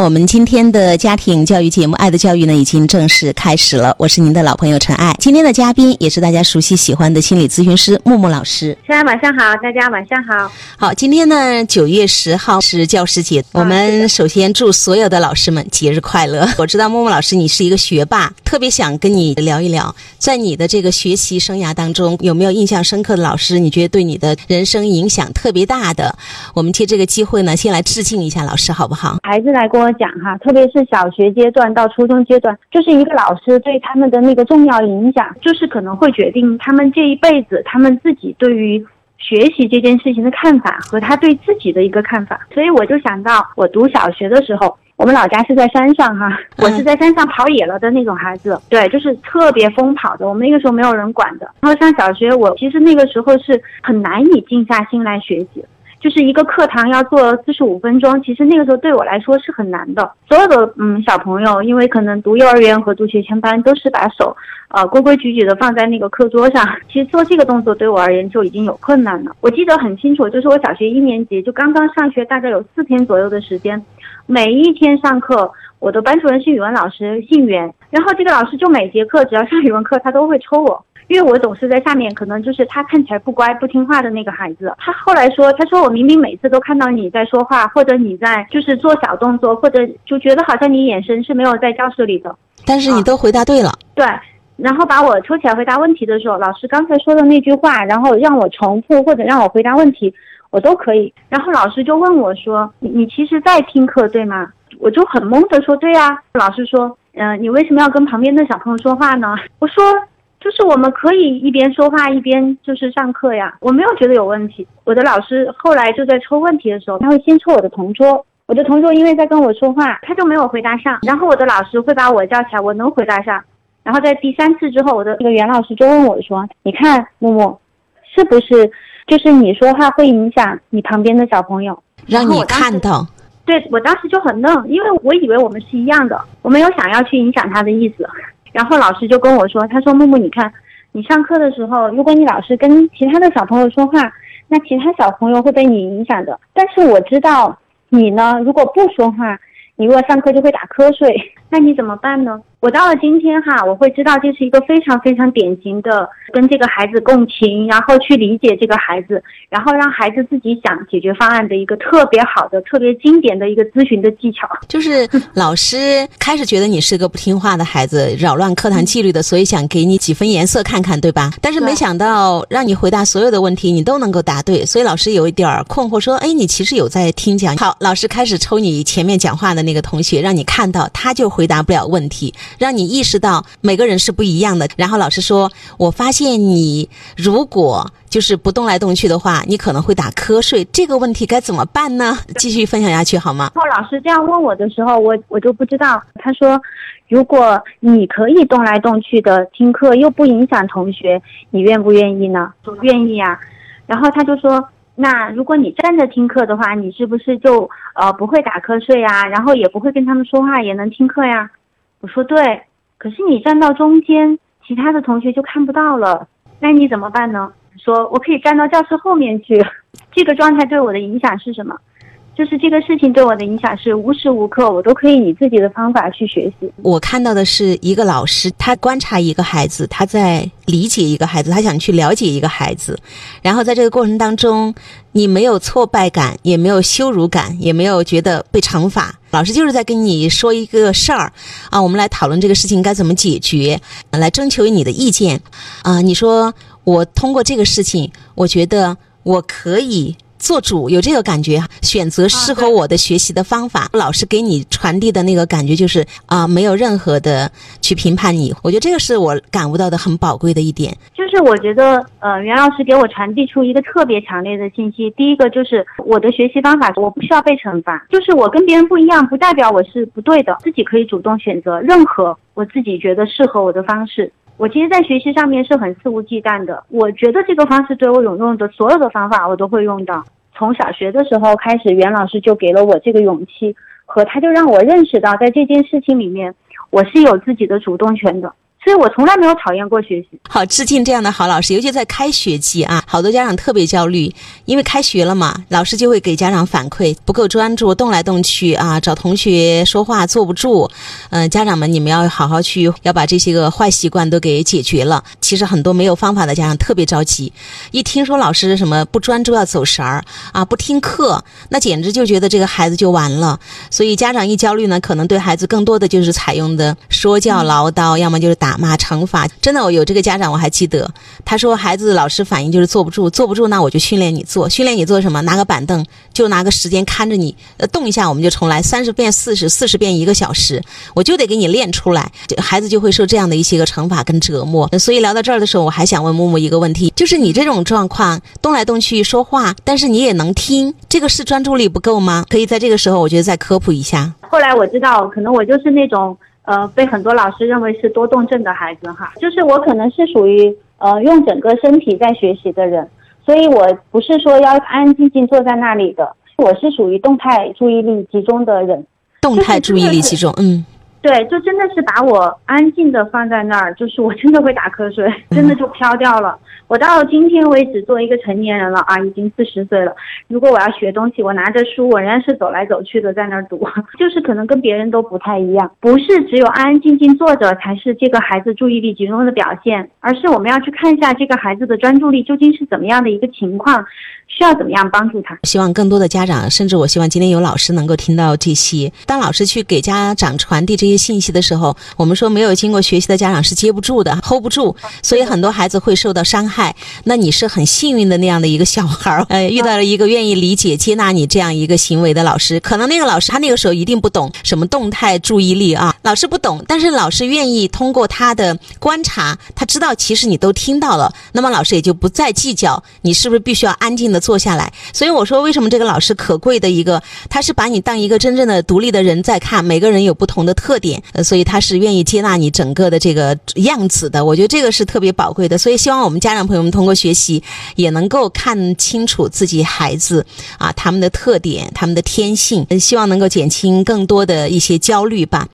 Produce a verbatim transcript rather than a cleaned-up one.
我们今天的家庭教育节目《爱的教育》呢，已经正式开始了。我是您的老朋友陈爱，今天的嘉宾也是大家熟悉喜欢的心理咨询师木木老师。 大家晚上好，大家晚上好。 好，今天呢，九月十号是教师节，我们首先祝所有的老师们节日快乐。我知道木木老师你是一个学霸，特别想跟你聊一聊，在你的这个学习生涯当中，有没有印象深刻的老师？你觉得对你的人生影响特别大的？我们借这个机会呢，先来致敬一下老师，好不好？ 孩子来跟我讲哈，特别是小学阶段到初中阶段，就是一个老师对他们的那个重要影响，就是可能会决定他们这一辈子他们自己对于学习这件事情的看法和他对自己的一个看法。所以我就想到我读小学的时候，我们老家是在山上哈，我是在山上跑野了的那种孩子，对，就是特别疯跑的，我们那个时候没有人管的。然后上小学，我其实那个时候是很难以静下心来学习，就是一个课堂要做四十五分钟，其实那个时候对我来说是很难的。所有的嗯小朋友，因为可能读幼儿园和读学前班都是把手呃规规矩矩的放在那个课桌上，其实做这个动作对我而言就已经有困难了。我记得很清楚，就是我小学一年级就刚刚上学，大概有四天左右的时间，每一天上课，我的班主任是语文老师，姓袁，然后这个老师就每节课只要上语文课，他都会抽我。因为我总是在下面，可能就是他看起来不乖不听话的那个孩子。他后来说，他说我明明每次都看到你在说话，或者你在就是做小动作，或者就觉得好像你眼神是没有在教室里的， 但是你都回答对了。啊、 对，然后把我抽起来回答问题的时候，老师刚才说的那句话，然后让我重复或者让我回答问题，我都可以。然后老师就问我说，你你其实在听课对吗？我就很懵的说对啊。老师说，嗯、呃，你为什么要跟旁边的小朋友说话呢？我说，就是我们可以一边说话一边就是上课呀，我没有觉得有问题。我的老师后来就在抽问题的时候，他会先抽我的同桌，我的同桌因为在跟我说话，他就没有回答上，然后我的老师会把我叫起来，我能回答上。然后在第三次之后，我的这个袁老师就问我说，你看木木，是不是就是你说话会影响你旁边的小朋友？ 让你看到。 对，我当时就很愣，因为我以为我们是一样的，我没有想要去影响他的意思。然后老师就跟我说，他说木木，你看你上课的时候，如果你老是跟其他的小朋友说话，那其他小朋友会被你影响的。但是我知道你呢，如果不说话，你如果上课就会打瞌睡，那你怎么办呢？我到了今天哈，我会知道这是一个非常非常典型的跟这个孩子共情，然后去理解这个孩子，然后让孩子自己想解决方案的一个特别好的、特别经典的一个咨询的技巧。 就是老师开始觉得你是个不听话的孩子，扰乱课堂纪律的，所以想给你几分颜色看看，对吧？但是没想到让你回答所有的问题，你都能够答对，所以老师有一点困惑，说：“哎，你其实有在听讲。”好，老师开始抽你前面讲话的那个同学，让你看到他就回答不了问题，让你意识到每个人是不一样的。然后老师说，我发现你如果就是不动来动去的话，你可能会打瞌睡，这个问题该怎么办呢？继续分享下去好吗？ 然后老师这样问我的时候，我我就不知道。他说，如果你可以动来动去的听课，又不影响同学，你愿不愿意呢？我愿意啊。然后他就说，那如果你站着听课的话，你是不是就呃不会打瞌睡啊？然后也不会跟他们说话，也能听课呀？我说对。可是你站到中间，其他的同学就看不到了，那你怎么办呢？说我可以站到教室后面去。这个状态对我的影响是什么？就是这个事情对我的影响是无时无刻我都可以以自己的方法去学习。 我看到的是一个老师，他观察一个孩子，他在理解一个孩子，他想去了解一个孩子，然后在这个过程当中，你没有挫败感，也没有羞辱感，也没有觉得被惩罚，老师就是在跟你说一个事儿啊，我们来讨论这个事情该怎么解决，来征求你的意见啊。你说我通过这个事情，我觉得我可以做主，有这个感觉，选择适合我的学习的方法。啊、老师给你传递的那个感觉就是啊、呃，没有任何的去评判你。我觉得这个是我感悟到的很宝贵的一点。 就是我觉得呃，袁老师给我传递出一个特别强烈的信息。第一个就是我的学习方法，我不需要被惩罚，就是我跟别人不一样，不代表我是不对的，自己可以主动选择任何我自己觉得适合我的方式。我其实在学习上面是很肆无忌惮的，我觉得这个方式对我有用的所有的方法我都会用到。从小学的时候开始，袁老师就给了我这个勇气，和他就让我认识到在这件事情里面我是有自己的主动权的。 所以我从来没有讨厌过学习。 好，致敬这样的好老师，尤其在开学季啊，好多家长特别焦虑，因为开学了嘛，老师就会给家长反馈不够专注，动来动去啊，找同学说话坐不住。嗯、呃，家长们你们要好好去，要把这些个坏习惯都给解决了。其实很多没有方法的家长特别着急，一听说老师什么不专注要走神儿啊，不听课，那简直就觉得这个孩子就完了。所以家长一焦虑呢，可能对孩子更多的就是采用的说教唠叨，要么就是打骂惩罚。真的，我有这个家长我还记得，他说孩子老师反应就是坐不住，坐不住那我就训练你做，训练你做什么？拿个板凳，就拿个时间看着你，呃，动一下我们就重来，三十遍、四十、四十遍一个小时，我就得给你练出来。孩子就会受这样的一些个惩罚跟折磨。所以聊到这儿的时候，我还想问木木一个问题，就是你这种状况，动来动去说话，但是你也能听，这个是专注力不够吗？可以在这个时候，我觉得再科普一下。 后来我知道，可能我就是那种呃被很多老师认为是多动症的孩子哈，就是我可能是属于呃用整个身体在学习的人，所以我不是说要安安静静坐在那里的，我是属于动态注意力集中的人。 动态注意力集中，嗯。 对，就真的是把我安静的放在那儿，就是我真的会打瞌睡，真的就飘掉了。我到今天为止做一个成年人了啊，已经四十岁了。如果我要学东西，我拿着书，我仍然是走来走去的在那儿读，就是可能跟别人都不太一样。不是只有安安静静坐着才是这个孩子注意力集中的表现，而是我们要去看一下这个孩子的专注力究竟是怎么样的一个情况，需要怎么样帮助他。 希望更多的家长，甚至我希望今天有老师能够听到这些。当老师去给家长传递这些信息的时候，我们说没有经过学习的家长是接不住的 hold 不住，所以很多孩子会受到伤害。那你是很幸运的那样的一个小孩，呃，遇到了一个愿意理解接纳你这样一个行为的老师。可能那个老师他那个时候一定不懂什么动态注意力啊，老师不懂，但是老师愿意通过他的观察，他知道其实你都听到了，那么老师也就不再计较你是不是必须要安静的坐下来。所以我说为什么这个老师可贵的一个，他是把你当一个真正的独立的人在看，每个人有不同的特点，呃，所以他是愿意接纳你整个的这个样子的。我觉得这个是特别宝贵的，所以希望我们家长朋友们通过学习也能够看清楚自己孩子啊他们的特点，他们的天性，希望能够减轻更多的一些焦虑吧。